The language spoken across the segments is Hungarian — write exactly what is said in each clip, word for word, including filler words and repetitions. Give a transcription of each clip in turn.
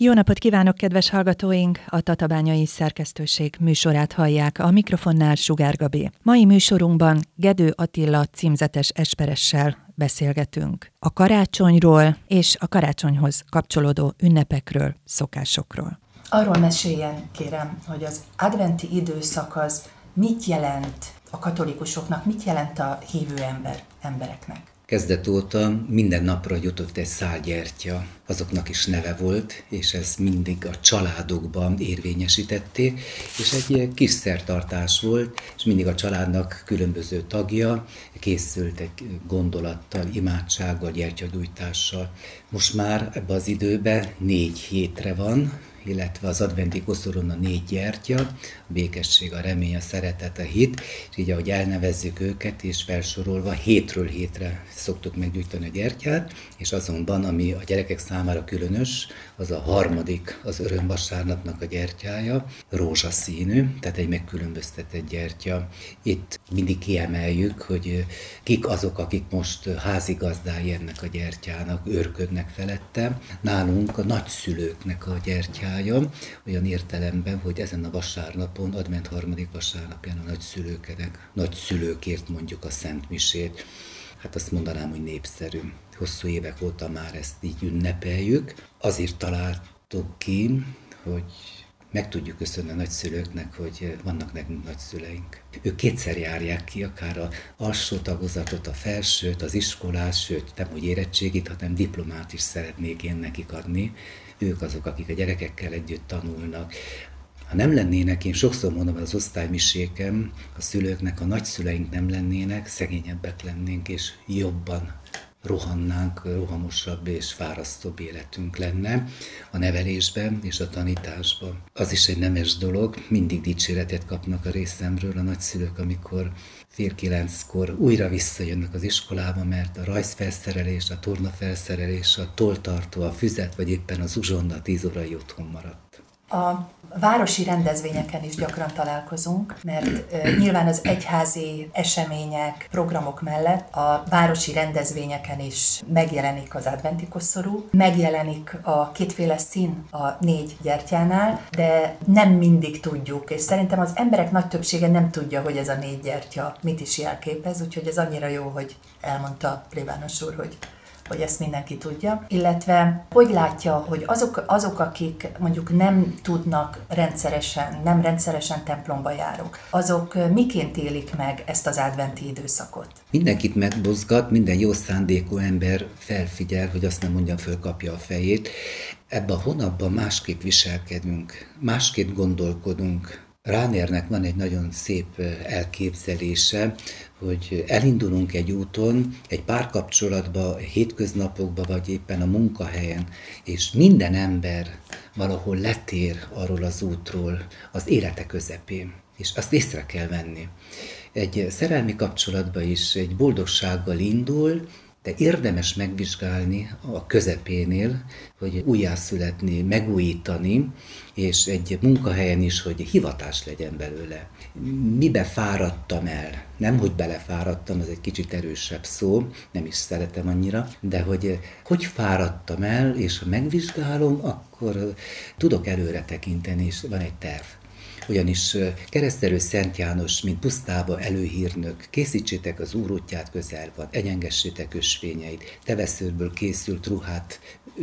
Jó napot kívánok, kedves hallgatóink! A Tatabányai Szerkesztőség műsorát hallják, a mikrofonnál Sugár Gabi. Mai műsorunkban Gedő Attila címzetes esperessel beszélgetünk a karácsonyról és a karácsonyhoz kapcsolódó ünnepekről, szokásokról. Arról meséljen, kérem, hogy az adventi időszak az mit jelent a katolikusoknak, mit jelent a hívő ember, embereknek? Kezdet óta minden napra jutott egy szál gyertya, azoknak is neve volt, és ez mindig a családokban érvényesítették, és egy kis szertartás volt, és mindig a családnak különböző tagja készült egy gondolattal, imádsággal, gyertyagyújtással. Most már ebben az időben négy hétre van, illetve az adventi koszoron a négy gyertya, a békesség, a remény, a szeretet, a hit, és így ahogy elnevezzük őket, és felsorolva hétről hétre szoktuk meggyújtani a gyertyát, és azonban, ami a gyerekek számára különös, az a harmadik, az örömvasárnapnak a gyertyája, rózsaszínű, tehát egy megkülönböztetett gyertya. Itt mindig kiemeljük, hogy kik azok, akik most házigazdái ennek a gyertyának, őrködnek felette. Nálunk a nagyszülőknek a gyertyája, olyan értelemben, hogy ezen a vasárnapon, advent harmadik vasárnapján a nagyszülőknek, nagyszülőkért mondjuk a szentmisét. Hát azt mondanám, hogy népszerű. Hosszú évek óta már ezt így ünnepeljük. Azért találtuk ki, hogy meg tudjuk köszönni a nagyszülőknek, hogy vannak nekünk nagyszüleink. Ők kétszer járják ki, akár az alsó tagozatot, a felsőt, az iskolát, sőt, nem hogy érettségit, hanem diplomát is szeretnék én nekik adni. Ők azok, akik a gyerekekkel együtt tanulnak. Ha nem lennének, én sokszor mondom az osztálymiséken, a szülőknek, a nagyszüleink nem lennének, szegényebbek lennénk, és jobban rohannánk, rohamosabb és fárasztóbb életünk lenne a nevelésben és a tanításban. Az is egy nemes dolog, mindig dicséretet kapnak a részemről a nagyszülők, amikor fél kilenckor újra visszajönnek az iskolába, mert a rajzfelszerelés, a tornafelszerelés, a tolltartó, a füzet, vagy éppen az uzsonna tíz órai otthon maradt. A városi rendezvényeken is gyakran találkozunk, mert e, nyilván az egyházi események, programok mellett a városi rendezvényeken is megjelenik az adventi koszorú, megjelenik a kétféle szín a négy gyertyánál, de nem mindig tudjuk, és szerintem az emberek nagy többsége nem tudja, hogy ez a négy gyertya mit is jelképez, úgyhogy ez annyira jó, hogy elmondta plébános úr, hogy hogy ezt mindenki tudja, illetve hogy látja, hogy azok, azok, akik mondjuk nem tudnak rendszeresen, nem rendszeresen templomba járok, azok miként élik meg ezt az adventi időszakot? Mindenkit megmozgat, minden jó szándékú ember felfigyel, hogy azt nem mondjam, fölkapja a fejét. Ebben a hónapban másképp viselkedünk, másképp gondolkodunk. Ránernek van egy nagyon szép elképzelése, hogy elindulunk egy úton, egy párkapcsolatba, hétköznapokba, vagy éppen a munkahelyen, és minden ember valahol letér arról az útról az élete közepén, és azt észre kell venni. Egy szerelmi kapcsolatban is egy boldogsággal indul, de érdemes megvizsgálni a közepénél, hogy újjászületni, megújítani, és egy munkahelyen is, hogy hivatás legyen belőle. Mibe fáradtam el? Nem, hogy belefáradtam, ez egy kicsit erősebb szó, nem is szeretem annyira, de hogy hogy fáradtam el, és ha megvizsgálom, akkor tudok előre tekinteni, és van egy terv. Ugyanis Keresztelő Szent János, mint pusztába előhírnök, készítsétek az Úr útját, közel van, egyengessétek ösvényeit, teveszőrből készült ruhát,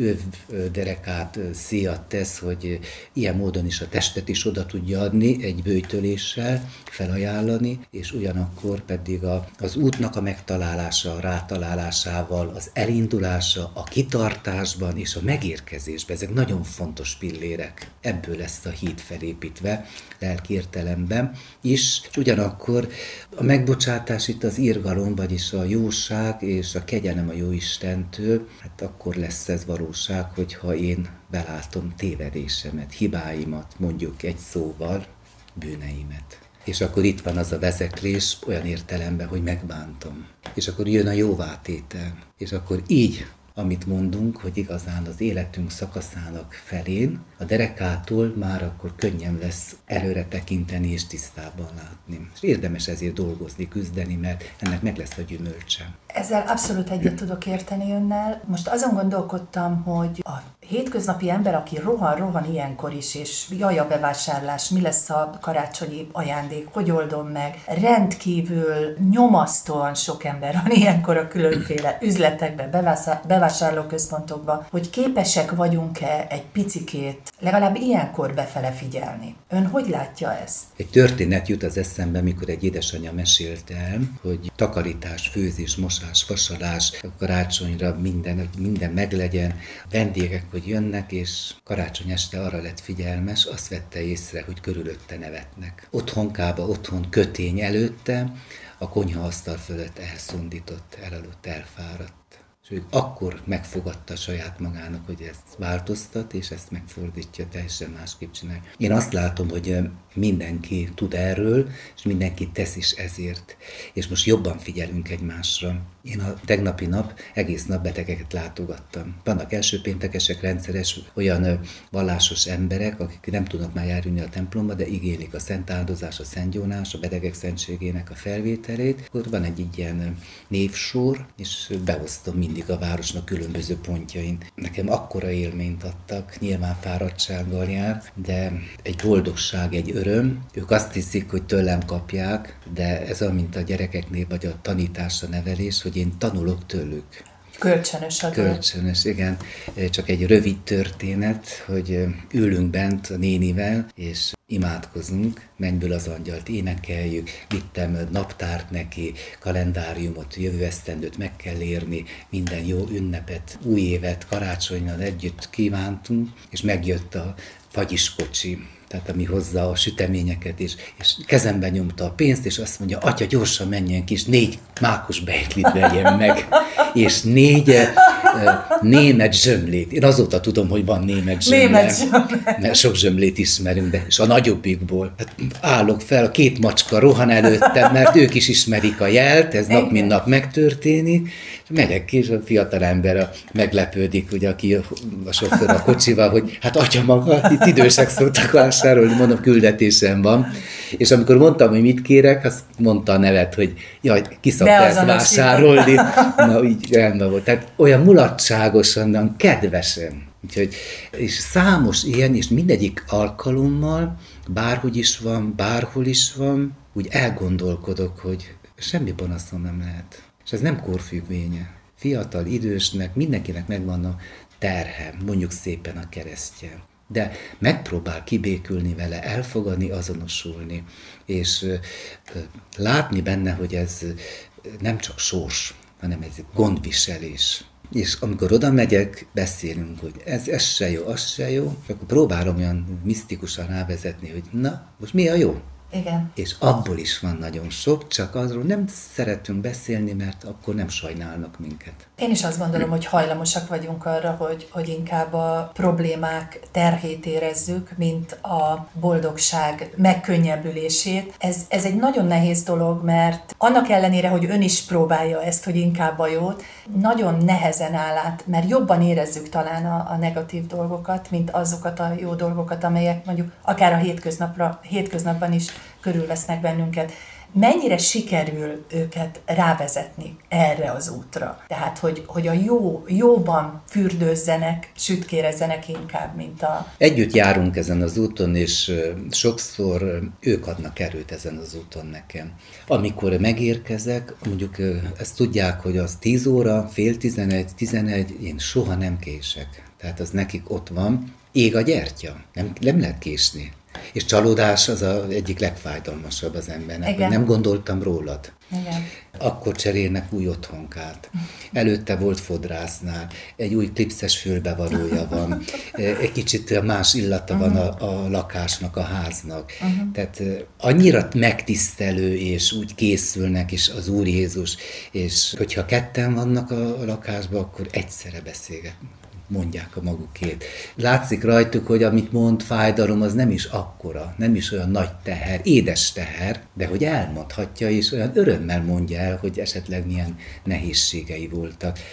övderekát, szíjat tesz, hogy ilyen módon is a testet is oda tudja adni, egy böjtöléssel felajánlani, és ugyanakkor pedig a, az útnak a megtalálása, a rátalálásával, az elindulása, a kitartásban és a megérkezésben, ezek nagyon fontos pillérek. Ebből lesz a híd felépítve, lelki értelemben is, és ugyanakkor a megbocsátás itt az irgalom, vagyis a jóság és a kegyelem a Jóistentől, hát akkor lesz ez valóság, hogyha én belátom tévedésemet, hibáimat, mondjuk egy szóval, bűneimet. És akkor itt van az a vezeklés olyan értelemben, hogy megbántom. És akkor jön a jóvátétel. És akkor így amit mondunk, hogy igazán az életünk szakaszának felén, a derekától már akkor könnyen lesz előre tekinteni és tisztában látni. És érdemes ezért dolgozni, küzdeni, mert ennek meg lesz a gyümölcse. Ezzel abszolút egyet tudok érteni önnel. Most azon gondolkodtam, hogy a hétköznapi ember, aki rohan-rohan ilyenkor is, és jaj a bevásárlás, mi lesz a karácsonyi ajándék, hogy oldom meg, rendkívül nyomasztóan sok ember van ilyenkor a különféle üzletekben, bevásárlóközpontokban, hogy képesek vagyunk-e egy picikét, legalább ilyenkor befele figyelni. Ön hogy látja ezt? Egy történet jut az eszembe, mikor egy édesanyja mesélte el, hogy takarítás, főzés, mosás, vasalás, karácsonyra minden, minden meglegyen, vendégek, hogy jönnek, és karácsony este arra lett figyelmes, azt vette észre, hogy körülötte nevetnek. Otthonkába, otthon kötény előtte, a konyhaasztal fölött elszundított, elaludt, elfáradt. És ő akkor megfogadta saját magának, hogy ezt változtat, és ezt megfordítja, teljesen másképp csinálja. Én azt látom, hogy mindenki tud erről, és mindenki tesz is ezért. És most jobban figyelünk egymásra. Én a tegnapi nap egész nap betegeket látogattam. Vannak első péntekesek, rendszeres olyan vallásos emberek, akik nem tudnak már járni a templomba, de igénylik a szent áldozás, a szent gyónás, a betegek szentségének a felvételét. Ott van egy ilyen névsor, és beosztom mindig a városnak különböző pontjain. Nekem akkora élményt adtak, nyilván fáradtsággal jár, de egy boldogság, egy öröm. Ők azt hiszik, hogy tőlem kapják, de ez olyan, mint a gyerekeknél, vagy a tanítás, a nevelés, hogy én tanulok tőlük. Kölcsönös a Kölcsönös, igen. Csak egy rövid történet, hogy ülünk bent a nénivel, és imádkozunk, mennyből az angyalt énekeljük, vittem naptárt neki, kalendáriumot, jövő esztendőt meg kell érni, minden jó ünnepet, új évet, karácsonynal együtt kívántunk, és megjött a fagyiskocsi, tehát ami hozza a süteményeket, és, és kezembe nyomta a pénzt, és azt mondja, atya, gyorsan menjen ki, és négy mákos beiglit vegyen meg, és négy uh, német zsömlét. Én azóta tudom, hogy van német zsömle, mert sok zsömlét ismerünk, de és a nagyobbikból. Hát állok fel, a két macska rohan előttem, mert ők is ismerik a jelt, ez nap mint nap megtörténik, és megyek ki, és a fiatal ember meglepődik, ugye, aki a sofőr a kocsival, hogy hát atya maga, itt idősek szoktak vásárolni, mondom, küldetésem van. És amikor mondtam, hogy mit kérek, azt mondta a nevet, hogy jaj, ki szokta ezt vásárolni. Na, így rendben volt. Tehát olyan mulatságosan, olyan kedvesen. Úgyhogy, és számos ilyen, és mindegyik alkalommal, bárhogy is van, bárhol is van, úgy elgondolkodok, hogy semmi panaszom nem lehet. És ez nem korfüggvénye. Fiatal, idősnek, mindenkinek megvan a terhe, mondjuk szépen a keresztje. De megpróbál kibékülni vele, elfogadni, azonosulni, és látni benne, hogy ez nem csak sors, hanem ez gondviselés. És amikor oda megyek, beszélünk, hogy ez, ez se jó, az se jó, és akkor próbálom olyan misztikusan rávezetni, hogy na, most mi a jó? Igen. És abból is van nagyon sok, csak azról nem szeretünk beszélni, mert akkor nem sajnálnak minket. Én is azt gondolom, hogy hajlamosak vagyunk arra, hogy, hogy inkább a problémák terhét érezzük, mint a boldogság megkönnyebbülését. Ez, ez egy nagyon nehéz dolog, mert annak ellenére, hogy ön is próbálja ezt, hogy inkább a jót, nagyon nehezen áll át, mert jobban érezzük talán a, a negatív dolgokat, mint azokat a jó dolgokat, amelyek mondjuk akár a hétköznapra, hétköznapban is körülvesznek bennünket. Mennyire sikerül őket rávezetni erre az útra? Tehát, hogy, hogy a jó, jóban fürdőzzenek, sütkérezzenek inkább, mint a... Együtt járunk ezen az úton, és sokszor ők adnak erőt ezen az úton nekem. Amikor megérkezek, mondjuk ezt tudják, hogy az tíz óra, fél tizenegy, tizenegy, én soha nem kések. Tehát az nekik ott van, ég a gyertya, nem, nem lehet késni. És csalódás az az egyik legfájdalmasabb az embernek, igen, hogy nem gondoltam rólad. Igen. Akkor cserélnek új otthonkát. Előtte volt fodrásznál, egy új klipszes fülbevalója van, egy kicsit más illata uh-huh. van a, a lakásnak, a háznak. Uh-huh. Tehát annyira megtisztelő, és úgy készülnek is az Úr Jézus, és hogyha ketten vannak a lakásban, akkor egyszerre beszélgetnek. Mondják a magukét. Látszik rajtuk, hogy amit mond, fájdalom, az nem is akkora, nem is olyan nagy teher, édes teher, de hogy elmondhatja, és olyan örömmel mondja el, hogy esetleg milyen nehézségei voltak.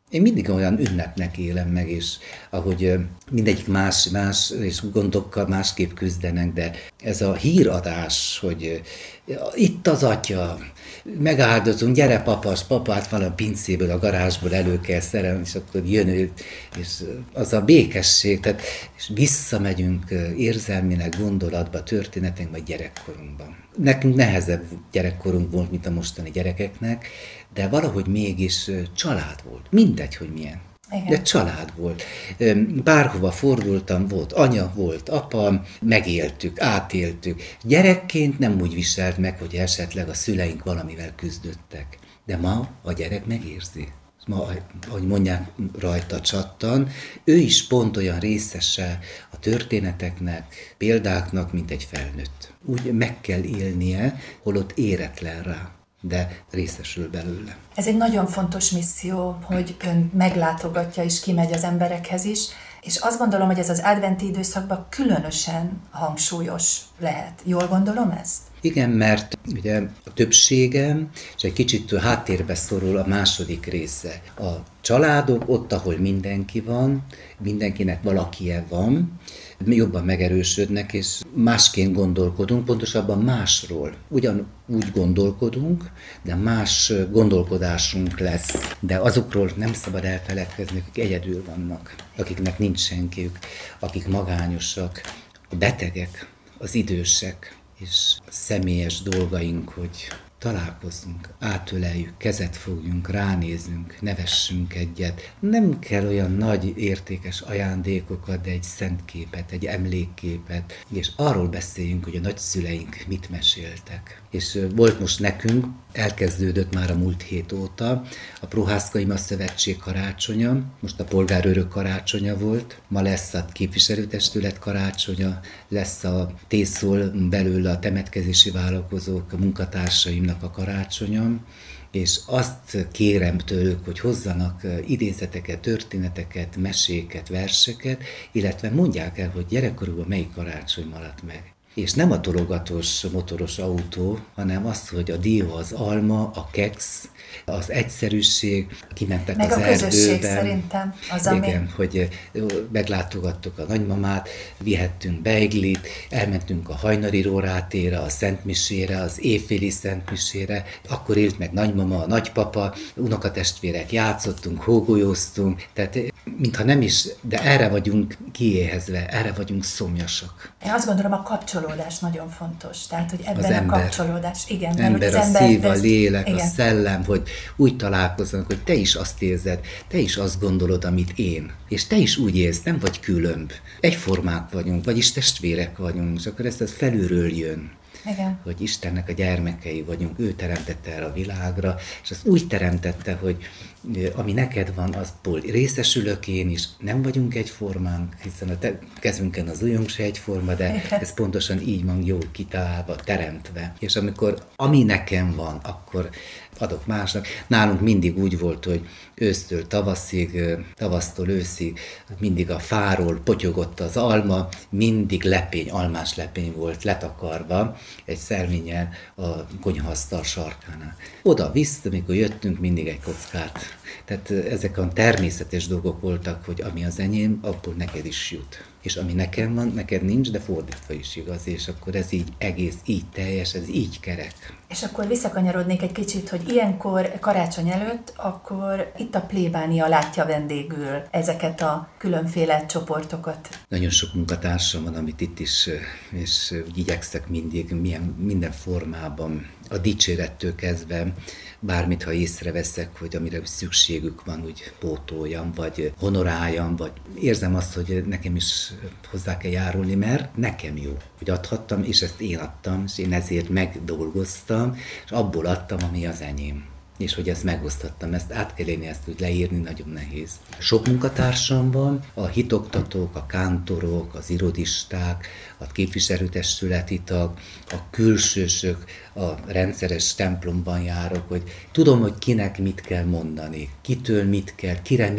Én mindig olyan ünnepnek élem meg, és ahogy mindegyik más, más és gondokkal másképp küzdenek, de ez a híradás, hogy itt az atya, megáldozunk, gyere papas, papát van a pincéből, a garázsból elő kell szerelni, és akkor jön ő, és az a békesség, tehát és visszamegyünk érzelmileg, gondolatba, történetünkbe, vagy gyerekkorunkban. Nekünk nehezebb gyerekkorunk volt, mint a mostani gyerekeknek, de valahogy mégis család volt. Mindegy, hogy milyen. Igen. De család volt. Bárhova fordultam, volt anya, volt apa, megéltük, átéltük. Gyerekként nem úgy viselt meg, hogy esetleg a szüleink valamivel küzdöttek. De ma a gyerek megérzi. Ma, ahogy mondják, rajta csattan, ő is pont olyan részese a történeteknek, példáknak, mint egy felnőtt. Úgy meg kell élnie, holott éretlen rá, de részesül belőle. Ez egy nagyon fontos misszió, hogy ön meglátogatja és kimegy az emberekhez is, és azt gondolom, hogy ez az adventi időszakban különösen hangsúlyos lehet. Jól gondolom ezt? Igen, mert ugye a többségem, és egy kicsit háttérbe szorul a második része. A családok ott, ahol mindenki van, mindenkinek valakie van, jobban megerősödnek, és másként gondolkodunk, pontosabban másról. Ugyanúgy gondolkodunk, de más gondolkodásunk lesz. De azokról nem szabad elfeledkezni, akik egyedül vannak, akiknek nincs senkiük, akik magányosak, a betegek, az idősek, és a személyes dolgaink, hogy találkozzunk, átöleljük, kezet fogjunk, ránézünk, nevessünk egyet. Nem kell olyan nagy értékes ajándékokat, de egy szentképet, egy emlékképet, és arról beszéljünk, hogy a nagyszüleink mit meséltek. És volt most nekünk, elkezdődött már a múlt hét óta, a Prohászkai Ma Szövetség karácsonya, most a polgárőrök karácsonya volt, ma lesz a képviselőtestület karácsonya, lesz a Tészol belül a temetkezési vállalkozók, a munkatársaimnak a karácsonya, és azt kérem tőlük, hogy hozzanak idézeteket, történeteket, meséket, verseket, illetve mondják el, hogy gyerekkorukban melyik karácsony maradt meg. És nem a tologatós motoros autó, hanem az, hogy a dió, az alma, a keksz, az egyszerűség, kimentek meg az erdőben. Meg a közösség szerintem. Az, ami... Igen, hogy meglátogattuk a nagymamát, vihettünk beiglit, elmentünk a hajnali rórátére, a szentmisére, az éjféli szentmisére, akkor élt meg nagymama, a nagypapa, unokatestvérek, játszottunk, hógolyóztunk, tehát mintha nem is, de erre vagyunk kiéhezve, erre vagyunk szomjasak. Én azt gondolom, a kapcsolódás nagyon fontos. Tehát, hogy ebben az a ember, kapcsolódás, igen. Ember, mert, az az ember, szív, a ez, lélek, igen. a szellem, hogy úgy találkozzanak, hogy te is azt érzed, te is azt gondolod, amit én. És te is úgy érsz, nem vagy különb. Egyformák vagyunk, vagyis testvérek vagyunk, és akkor ez, ez felülről jön. Igen. Hogy Istennek a gyermekei vagyunk, ő teremtette el a világra, és azt úgy teremtette, hogy ami neked van, azból részesülök én is, nem vagyunk egyformánk, hiszen a te kezünken az ujjunk se egyforma, de ez pontosan így van jól kitalálva, teremtve. És amikor ami nekem van, akkor adok másnak. Nálunk mindig úgy volt, hogy ősztől tavaszig, tavasztól őszig, mindig a fáról potyogott az alma, mindig lepény, almás lepény volt letakarva egy szelvénnyel a konyhaasztal sarkánál. Oda-vissza, amikor jöttünk, mindig egy kockát. Tehát ezek a természetes dolgok voltak, hogy ami az enyém, abból neked is jut. És ami nekem van, neked nincs, de fordítva is igaz, és akkor ez így egész, így teljes, ez így kerek. És akkor visszakanyarodnék egy kicsit, hogy ilyenkor karácsony előtt, akkor itt a plébánia látja vendégül ezeket a különféle csoportokat. Nagyon sok munkatársam van, amit itt is, és igyekszek mindig, milyen, minden formában, a dicsérettől kezdve, bármit, ha észreveszek, hogy amire szükségük van, úgy pótoljam, vagy honoráljam, vagy érzem azt, hogy nekem is hozzá kell járulni, mert nekem jó, hogy adhattam, és ezt én adtam, és én ezért megdolgoztam, és abból adtam, ami az enyém. És hogy ezt megosztottam, ezt át kell élni, ezt úgy leírni, nagyon nehéz. Sok munkatársam van, a hitoktatók, a kántorok, az irodisták, a képviselőtestületi tag, a külsősök, a rendszeres templomban járok, hogy tudom, hogy kinek mit kell mondani, kitől mit kell, kire mit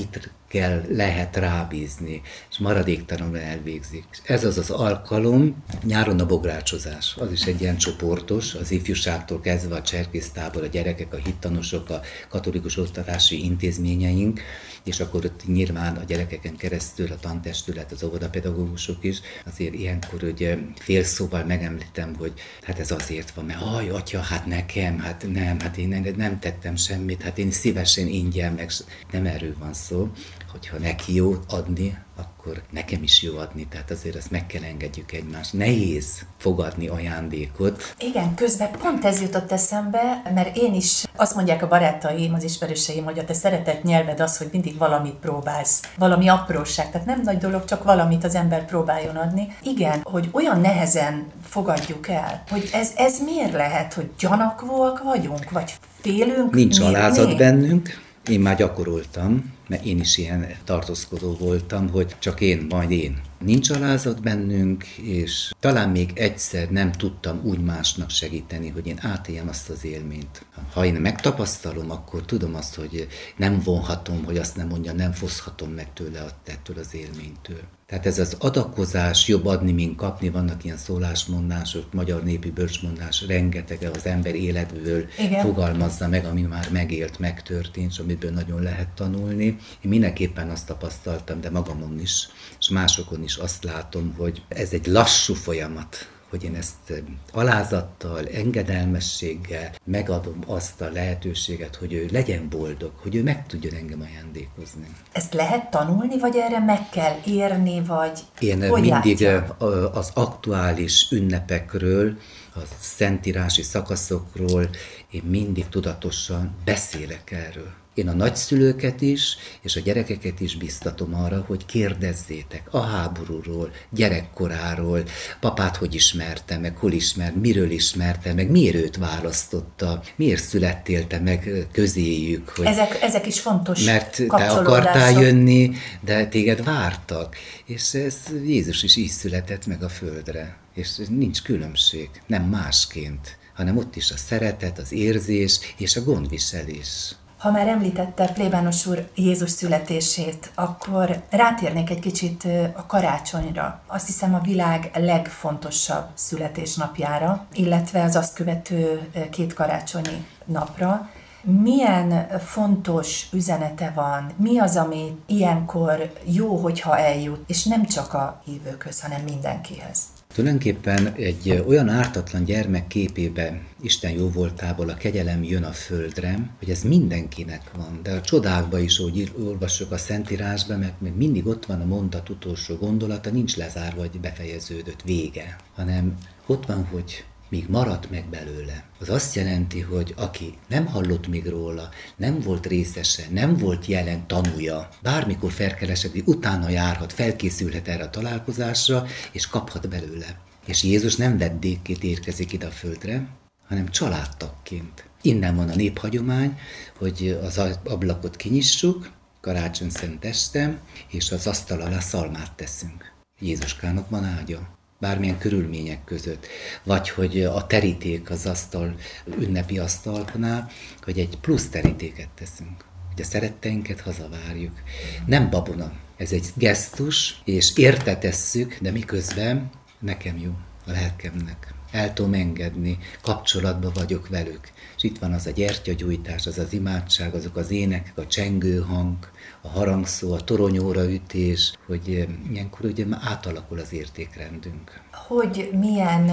kell, lehet rábízni, és maradéktalanul elvégzik. És ez az az alkalom, nyáron a bográcsozás, az is egy ilyen csoportos, az ifjúságtól kezdve a cserkésztábor, a gyerekek, a hittanosok, a katolikus oktatási intézményeink, és akkor ott nyilván a gyerekeken keresztül a tantestület, az óvodapedagógusok is, azért ilyenkor ugye fél szóval megemlítem, hogy hát ez azért van, mert aj, atya, hát nekem, hát nem, hát én nem tettem semmit, hát én szívesen ingyen, meg nem erről van szó, hogyha neki jó adni, akkor nekem is jó adni, tehát azért azt meg kell engedjük egymást. Nehéz fogadni ajándékot. Igen, közben pont ez jutott eszembe, mert én is, azt mondják a barátaim, az ismerőseim, hogy a te szeretett nyelved az, hogy mindig valamit próbálsz, valami apróság, tehát nem nagy dolog, csak valamit az ember próbáljon adni. Igen, hogy olyan nehezen fogadjuk el, hogy ez, ez miért lehet, hogy gyanakvóak vagyunk, vagy félünk? Nincs mérni? alázat bennünk, én már gyakoroltam, mert én is ilyen tartózkodó voltam, hogy csak én, majd én. Nincs alázat bennünk, és talán még egyszer nem tudtam úgy másnak segíteni, hogy én átéljem azt az élményt. Ha én megtapasztalom, akkor tudom azt, hogy nem vonhatom, hogy azt nem mondja, nem foszhatom meg tőle ettől az élménytől. Tehát ez az adakozás, jobb adni, mint kapni, vannak ilyen szólásmondások, magyar népi bölcsmondás, rengeteg az ember életből Igen. fogalmazza meg, ami már megélt, megtörtént, és amiből nagyon lehet tanulni. Én mindenképpen azt tapasztaltam, de magamon is, és másokon is azt látom, hogy ez egy lassú folyamat, hogy én ezt alázattal, engedelmességgel megadom azt a lehetőséget, hogy ő legyen boldog, hogy ő meg tudjon engem ajándékozni. Ezt lehet tanulni, vagy erre meg kell érni, vagy én hogy mindig látja? Az aktuális ünnepekről, a szentírási szakaszokról én mindig tudatosan beszélek erről. Én a nagyszülőket is, és a gyerekeket is biztatom arra, hogy kérdezzétek a háborúról, gyerekkoráról, papát hogy ismerte meg, hol ismert, miről ismerte meg, miért őt választotta, miért születtél te meg közéjük. Hogy ezek, ezek is fontos mert te akartál jönni, de téged vártak. És ez Jézus is így született meg a földre. És nincs különbség, nem másként, hanem ott is a szeretet, az érzés és a gondviselés. Ha már említette plébános úr Jézus születését, akkor rátérnék egy kicsit a karácsonyra. Azt hiszem a világ legfontosabb születésnapjára, illetve az azt követő két karácsonyi napra. Milyen fontos üzenete van? Mi az, ami ilyenkor jó, hogyha eljut, és nem csak a hívőkhöz, hanem mindenkihez? Tulajdonképpen egy olyan ártatlan gyermek képébe, Isten jóvoltából a kegyelem jön a földre, hogy ez mindenkinek van. De a csodákban is, ahogy olvassuk a Szentírásban, mert még mindig ott van a mondat utolsó gondolata, nincs lezárva, vagy befejeződött, vége, hanem ott van, hogy míg maradt meg belőle. Az azt jelenti, hogy aki nem hallott még róla, nem volt részese, nem volt jelen tanúja, bármikor felkeresedik, utána járhat, felkészülhet erre a találkozásra, és kaphat belőle. És Jézus nem vendégként érkezik ide a földre, hanem családtagként. Innen van a néphagyomány, hogy az ablakot kinyissuk, karácsony szent este, és az asztal alá szalmát teszünk. Jézuskának van ágya. Bármilyen körülmények között, vagy hogy a teríték az asztal, ünnepi asztalnál, hogy egy plusz terítéket teszünk, hogy a szeretteinket hazavárjuk. Nem babona, ez egy gesztus, és érte tesszük, de miközben nekem jó, a lelkemnek. El tudom engedni, kapcsolatban vagyok velük. És itt van az a gyertyagyújtás, az az imádság, azok az énekek, a csengőhang, a harangszó, a toronyóra ütés, hogy ilyenkor ugye már átalakul az értékrendünk. Hogy milyen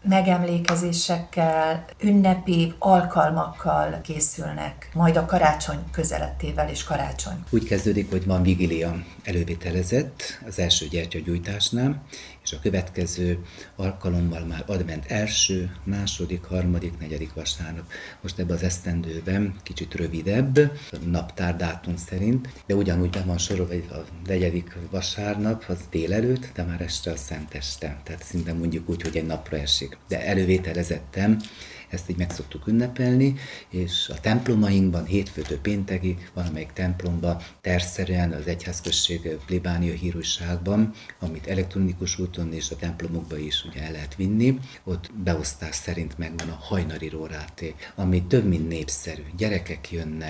megemlékezésekkel, ünnepi alkalmakkal készülnek majd a karácsony közelettével és karácsony? Úgy kezdődik, hogy van vigília elővételezett az első gyertyagyújtásnál, és a következő alkalommal már advent első, második, harmadik, negyedik vasárnap. Most ebben az esztendőben kicsit rövidebb, naptárdátum szerint, de ugyanúgy be van sorolva a negyedik vasárnap, az délelőtt, de már este a szenteste. Tehát szinte mondjuk úgy, hogy egy napra esik. De elővételezettem, ezt így meg szoktuk ünnepelni, és a templomainkban hétfőtől péntekig, valamelyik templomban tervszerűen az egyházközség plébánia hírújságban, amit elektronikus úton és a templomokban is ugye el lehet vinni, ott beosztás szerint megvan a hajnali róráté, ami több mint népszerű. Gyerekek jönnek,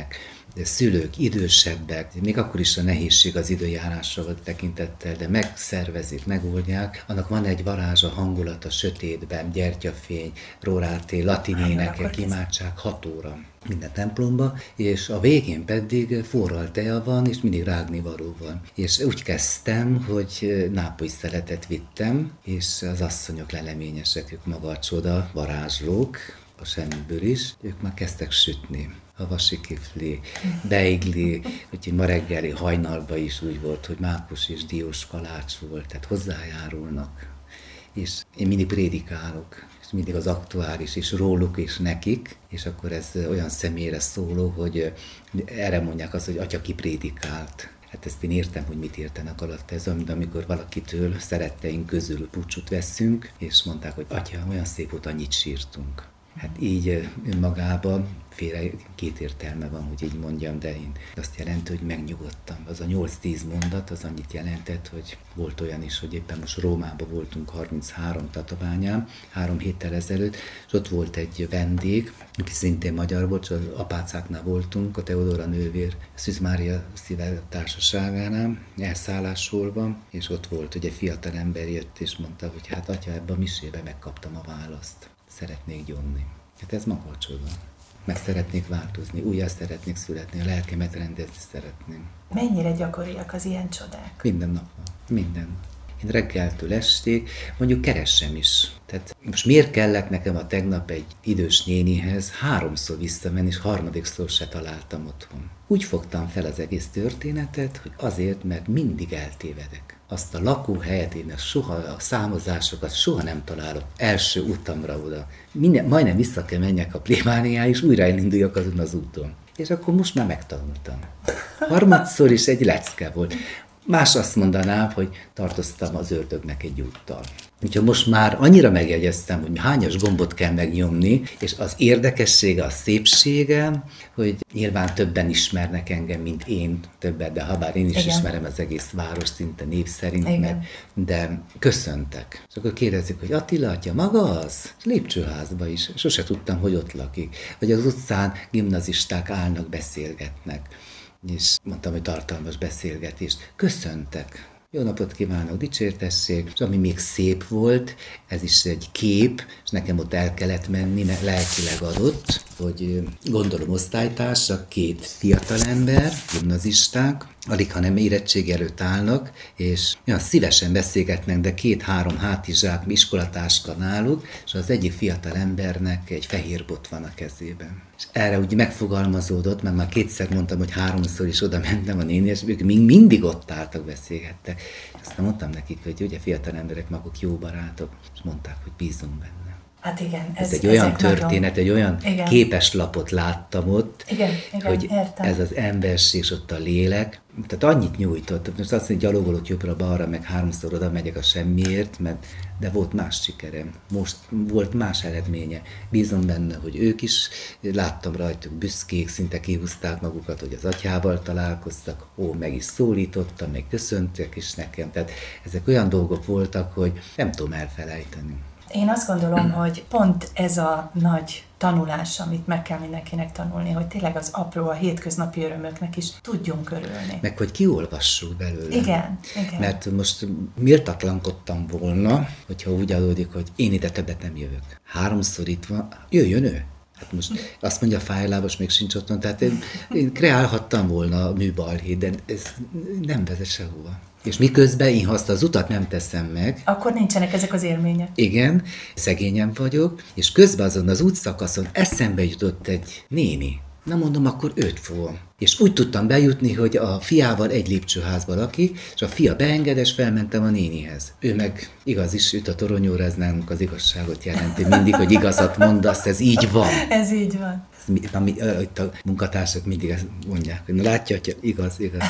de szülők, idősebbek, még akkor is a nehézség az időjárásra volt tekintettel, de megszervezik, megoldják, annak van egy varázsa, hangulata sötétben, gyertyafény, róráté, latin énekek, imádság, hat óra minden templomba, és a végén pedig forral tea van, és mindig rágnivaló van. És úgy kezdtem, hogy nápolyi szeletet vittem, és az asszonyok leleményesek, ők maga a csoda, varázslók, a semmiből is, ők már kezdtek sütni. A vasikifli, beigli, úgyhogy ma reggeli hajnalban is úgy volt, hogy mákos és diós kalács volt, tehát hozzájárulnak. És én mindig prédikálok, és mindig az aktuális is róluk és nekik, és akkor ez olyan személyre szóló, hogy erre mondják azt, hogy atya kiprédikált. Hát ezt én értem, hogy mit értenek alatt ez, amikor valakitől szeretteink közül búcsút veszünk, és mondták, hogy atya, olyan szép volt, annyit sírtunk. Hát így önmagában félre két értelme van, hogy így mondjam, de én azt jelenti, hogy megnyugodtam. Az a nyolc-tíz mondat, az annyit jelentett, hogy volt olyan is, hogy éppen most Rómában voltunk harminchárom tatabányán, három héttel ezelőtt, és ott volt egy vendég, aki szintén magyar volt, és az apácáknál voltunk, a Teodora nővér Szűz Mária Szíve társaságánál, elszállásolva, és ott volt, hogy egy fiatal ember jött, és mondta, hogy hát atya, ebben a misébe megkaptam a választ. Szeretnék gyónni. Hát ez maga a csoda. Meg szeretnék változni, újjá szeretnék születni, a lelkemet rendezni szeretném. Mennyire gyakoriak az ilyen csodák? Minden nap van, minden. Én reggeltől estig, mondjuk keressem is. Tehát most miért kellett nekem a tegnap egy idős nénihez háromszor visszamenni, és harmadikszor se találtam otthon. Úgy fogtam fel az egész történetet, hogy azért, mert mindig eltévedek. Azt a lakóhelyet, én soha, a számozásokat soha nem találok első utamra oda. Minden, majdnem vissza kell menjek a plébániáig, és újra elinduljak azon az úton. És akkor most már megtanultam. Harmadszor is egy lecke volt. Más azt mondanám, hogy tartoztam az ördögnek egy úttal. Úgyhogy most már annyira megjegyeztem, hogy hányas gombot kell megnyomni, és az érdekessége, a szépsége, hogy nyilván többen ismernek engem, mint én többet, de habár én is Igen. ismerem az egész város szinte név szerint, mert, de köszöntek. És akkor kérdezik, hogy Attila atya maga az? Lépcsőházba is. Sose tudtam, hogy ott lakik. Vagy az utcán gimnazisták állnak, beszélgetnek. És mondtam, hogy tartalmas beszélgetést. Köszöntek. Jó napot kívánok, dicsértessék. És ami még szép volt, ez is egy kép, és nekem ott el kellett menni, mert lelkileg adott, hogy gondolom osztálytársak, két fiatalember, gimnazisták, alig, hanem érettség előtt állnak, és olyan szívesen beszélgetnek, de két-három hátizsák, iskolatáska náluk, és az egyik fiatal embernek egy fehér bot van a kezében. És erre úgy megfogalmazódott, mert már kétszer mondtam, hogy háromszor is oda mentem a néni, és ők még mindig ott álltak, beszélgettek. Aztán mondtam nekik, hogy ugye fiatal emberek maguk jó barátok, és mondták, hogy bízunk benne. Hát igen. Ez, ez egy olyan történet, nagyon... egy olyan igen. képeslapot láttam ott, igen, igen, hogy értem. Ez az emberség és ott a lélek. Tehát annyit nyújtott, most azt mondja, gyalogolok jobbra-balra, meg háromszor oda megyek a semmiért, mert, de volt más sikerem, most volt más eredménye. Bízom benne, hogy ők is, láttam rajtuk büszkék, szinte kihúzták magukat, hogy az atyával találkoztak, ó, meg is szólítottam, meg köszöntek is nekem. Tehát ezek olyan dolgok voltak, hogy nem tudom elfelejteni. Én azt gondolom, hogy pont ez a nagy tanulás, amit meg kell mindenkinek tanulni, hogy tényleg az apró, a hétköznapi örömöknek is tudjunk örülni. Meg hogy kiolvassuk belőle. Igen, igen. Mert most méltatlankodtam volna, hogyha úgy adódik, hogy én ide többet nem jövök. Háromszor itt van, jöjjön ő. Hát most azt mondja Fájlábos, még sincs otthon, tehát én, én kreálhattam volna a műbalhét, de ez nem vezet sehova. És miközben én, ha azt az utat nem teszem meg, akkor nincsenek ezek az élmények. Igen, szegényen vagyok, és közben azon az útszakaszon eszembe jutott egy néni. Na mondom, akkor őt fogom. És úgy tudtam bejutni, hogy a fiával egy lépcsőházban lakik, és a fia beenged, és felmentem a nénihez. Ő meg igaz is üt a toronyóra, ez nálunk az igazságot jelenti. Mindig, hogy igazat mondasz, ez így van. Ez így van. Ami, itt a munkatársak mindig ezt mondják, hogy na látja, hogy igaz, igaz.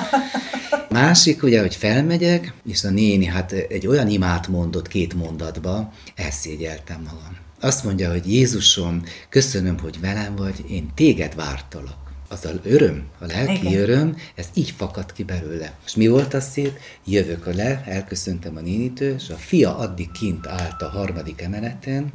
Másik, ugye, hogy felmegyek, és a néni hát egy olyan imát mondott két mondatba, elszégyeltem magam. Azt mondja, hogy Jézusom, köszönöm, hogy velem vagy, én téged vártalak. Az az öröm, a lelki Igen. öröm, ez így fakad ki belőle. És mi volt az szép? Jövök le, elköszöntem a nénitől, és a fia addig kint állt a harmadik emeleten,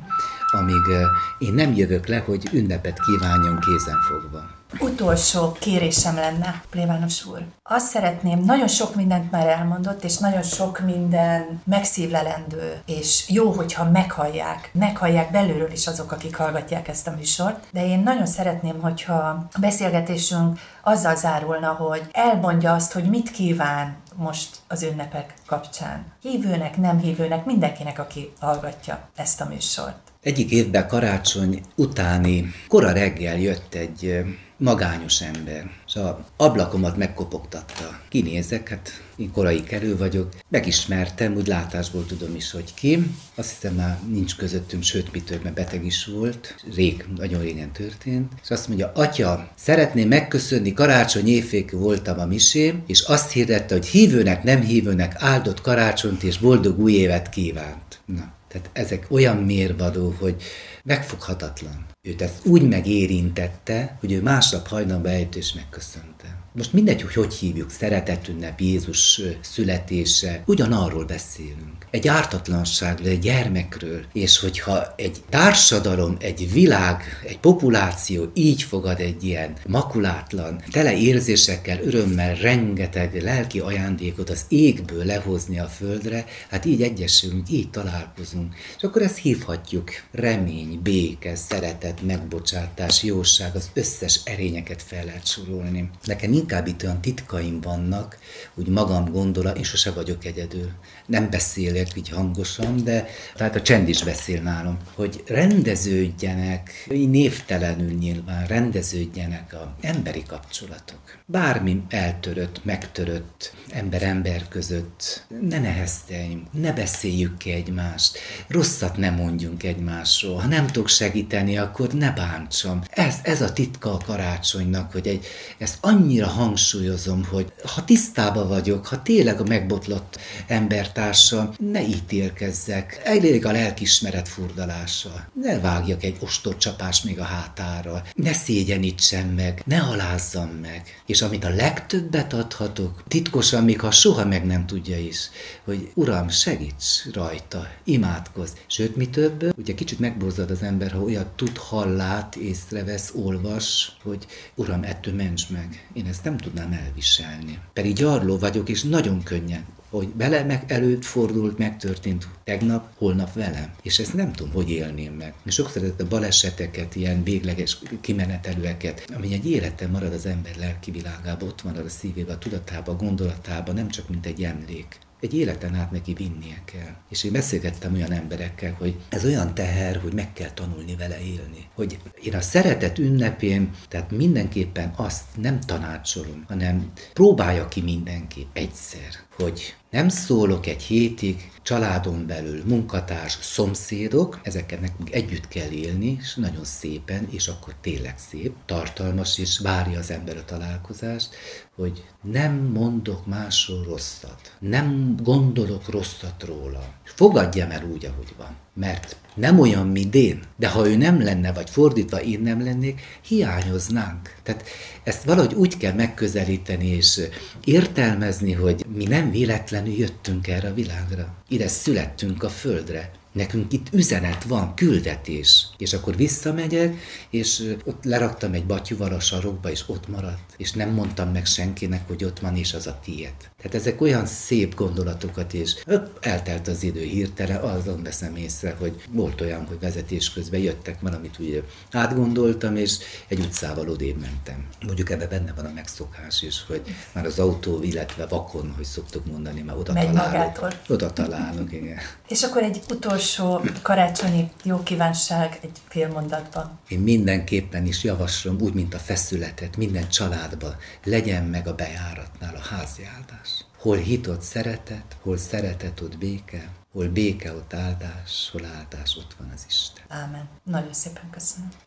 amíg én nem jövök le, hogy ünnepet kívánjon kézenfogva. Utolsó kérésem lenne, plébános úr. Azt szeretném, nagyon sok mindent már elmondott, és nagyon sok minden megszívlelendő, és jó, hogyha meghallják, meghallják belülről is azok, akik hallgatják ezt a műsort, de én nagyon szeretném, hogyha a beszélgetésünk azzal zárulna, hogy elmondja azt, hogy mit kíván most az ünnepek kapcsán. Hívőnek, nem hívőnek, mindenkinek, aki hallgatja ezt a műsort. Egyik évben karácsony utáni kora reggel jött egy magányos ember, és az ablakomat megkopogtatta. Kinézek, hát én korai kerül vagyok, megismertem, úgy látásból tudom is, hogy ki. Azt hiszem már nincs közöttünk, sőt, mi több, mert beteg is volt. Rég, nagyon régen történt. És azt mondja, atya, szeretném megköszönni, karácsony évfékű voltam a misém, és azt hirdette, hogy hívőnek, nem hívőnek áldott karácsonyt és boldog új évet kívánt. Na. Tehát ezek olyan mérvadó, hogy megfoghatatlan. Őt ezt úgy megérintette, hogy ő másnap hajnalba eljött és megköszönte. Most mindegy, hogy hogy hívjuk, szeretetünnep, Jézus születése, ugyanarról beszélünk. Egy ártatlanságról, egy gyermekről, és hogyha egy társadalom, egy világ, egy populáció így fogad egy ilyen makulátlan, tele érzésekkel, örömmel, rengeteg lelki ajándékot az égből lehozni a földre, hát így egyesülünk, így találkozunk. És akkor ezt hívhatjuk remény, béke, szeretet, megbocsátás, jóság, az összes erényeket fel lehet sorolni. Nekem inkább itt olyan titkaim vannak, úgy magam gondolom, én sose vagyok egyedül. Nem beszélek így hangosan, de tehát a csend is beszél nálam, hogy rendeződjenek, névtelenül nyilván, rendeződjenek az emberi kapcsolatok. Bármi eltörött, megtörött ember-ember között, ne nehezteljünk, ne beszéljük ki egymást, rosszat ne mondjunk egymásról, ha nem tudok segíteni, akkor ne bántsam. Ez, ez a titka a karácsonynak, hogy egy, ezt annyira hangsúlyozom, hogy ha tisztában vagyok, ha tényleg a megbotlott embertársam, ne ítélkezzek, elég a lelkiismeret furdalása, ne vágjak egy ostorcsapást még a hátára, ne szégyenítsem meg, ne alázzam meg. És amit a legtöbbet adhatok, titkosan, még ha soha meg nem tudja is, hogy Uram, segíts rajta, imádkozz. Sőt, mi több, ugye kicsit megborzad az ember, ha olyat tud, hall, lát, észrevesz, olvas, hogy Uram, ettől ments meg. Én ezt nem tudnám elviselni. Pedig gyarló vagyok, és nagyon könnyen, hogy bele meg előtt fordult, megtörtént tegnap, holnap velem. És ezt nem tudom, hogy élném meg. És sokszor ezeket a baleseteket, ilyen végleges kimenetelőeket, ami egy életen marad az ember lelki világában, ott marad a szívében, a tudatában, a gondolatában, nem csak mint egy emlék. Egy életen át neki vinnie kell. És én beszélgettem olyan emberekkel, hogy ez olyan teher, hogy meg kell tanulni vele élni. Hogy én a szeretet ünnepén, tehát mindenképpen azt nem tanácsolom, hanem próbálja ki mindenki egyszer, hogy nem szólok egy hétig, családon belül, munkatárs, szomszédok, ezeket nekünk együtt kell élni, és nagyon szépen, és akkor tényleg szép, tartalmas, és várja az ember a találkozást, hogy nem mondok másról rosszat, nem gondolok rosszat róla. Fogadjam el úgy, ahogy van, mert nem olyan, mint én, de ha ő nem lenne, vagy fordítva én nem lennék, hiányoznánk. Tehát ezt valahogy úgy kell megközelíteni és értelmezni, hogy mi nem véletlenül jöttünk erre a világra. Ide születtünk a földre. Nekünk itt üzenet van, küldetés. És akkor visszamegyek, és ott leraktam egy batyúval a sarokba, és ott maradt. És nem mondtam meg senkinek, hogy ott van, és az a tiéd. Tehát ezek olyan szép gondolatokat, és öpp, eltelt az idő hirtelen, azon veszem észre, hogy volt olyan, hogy vezetés közben jöttek valamit úgy átgondoltam, és egy utcával odébb mentem. Mondjuk ebben benne van a megszokás is, hogy már az autó, illetve vakon, hogy szoktuk mondani, már oda Megy találok. magától. Oda találok, igen. És akkor egy utolsó karácsonyi jó kívánság egy fél mondatban. Én mindenképpen is javaslom, úgy, mint a feszületet, minden családban legyen meg a bejáratnál a háziáldás. Hol hit, ott szeretet, hol szeretet, ott béke, hol béke, ott áldás, hol áldás, ott van az Isten. Ámen. Nagyon szépen köszönöm.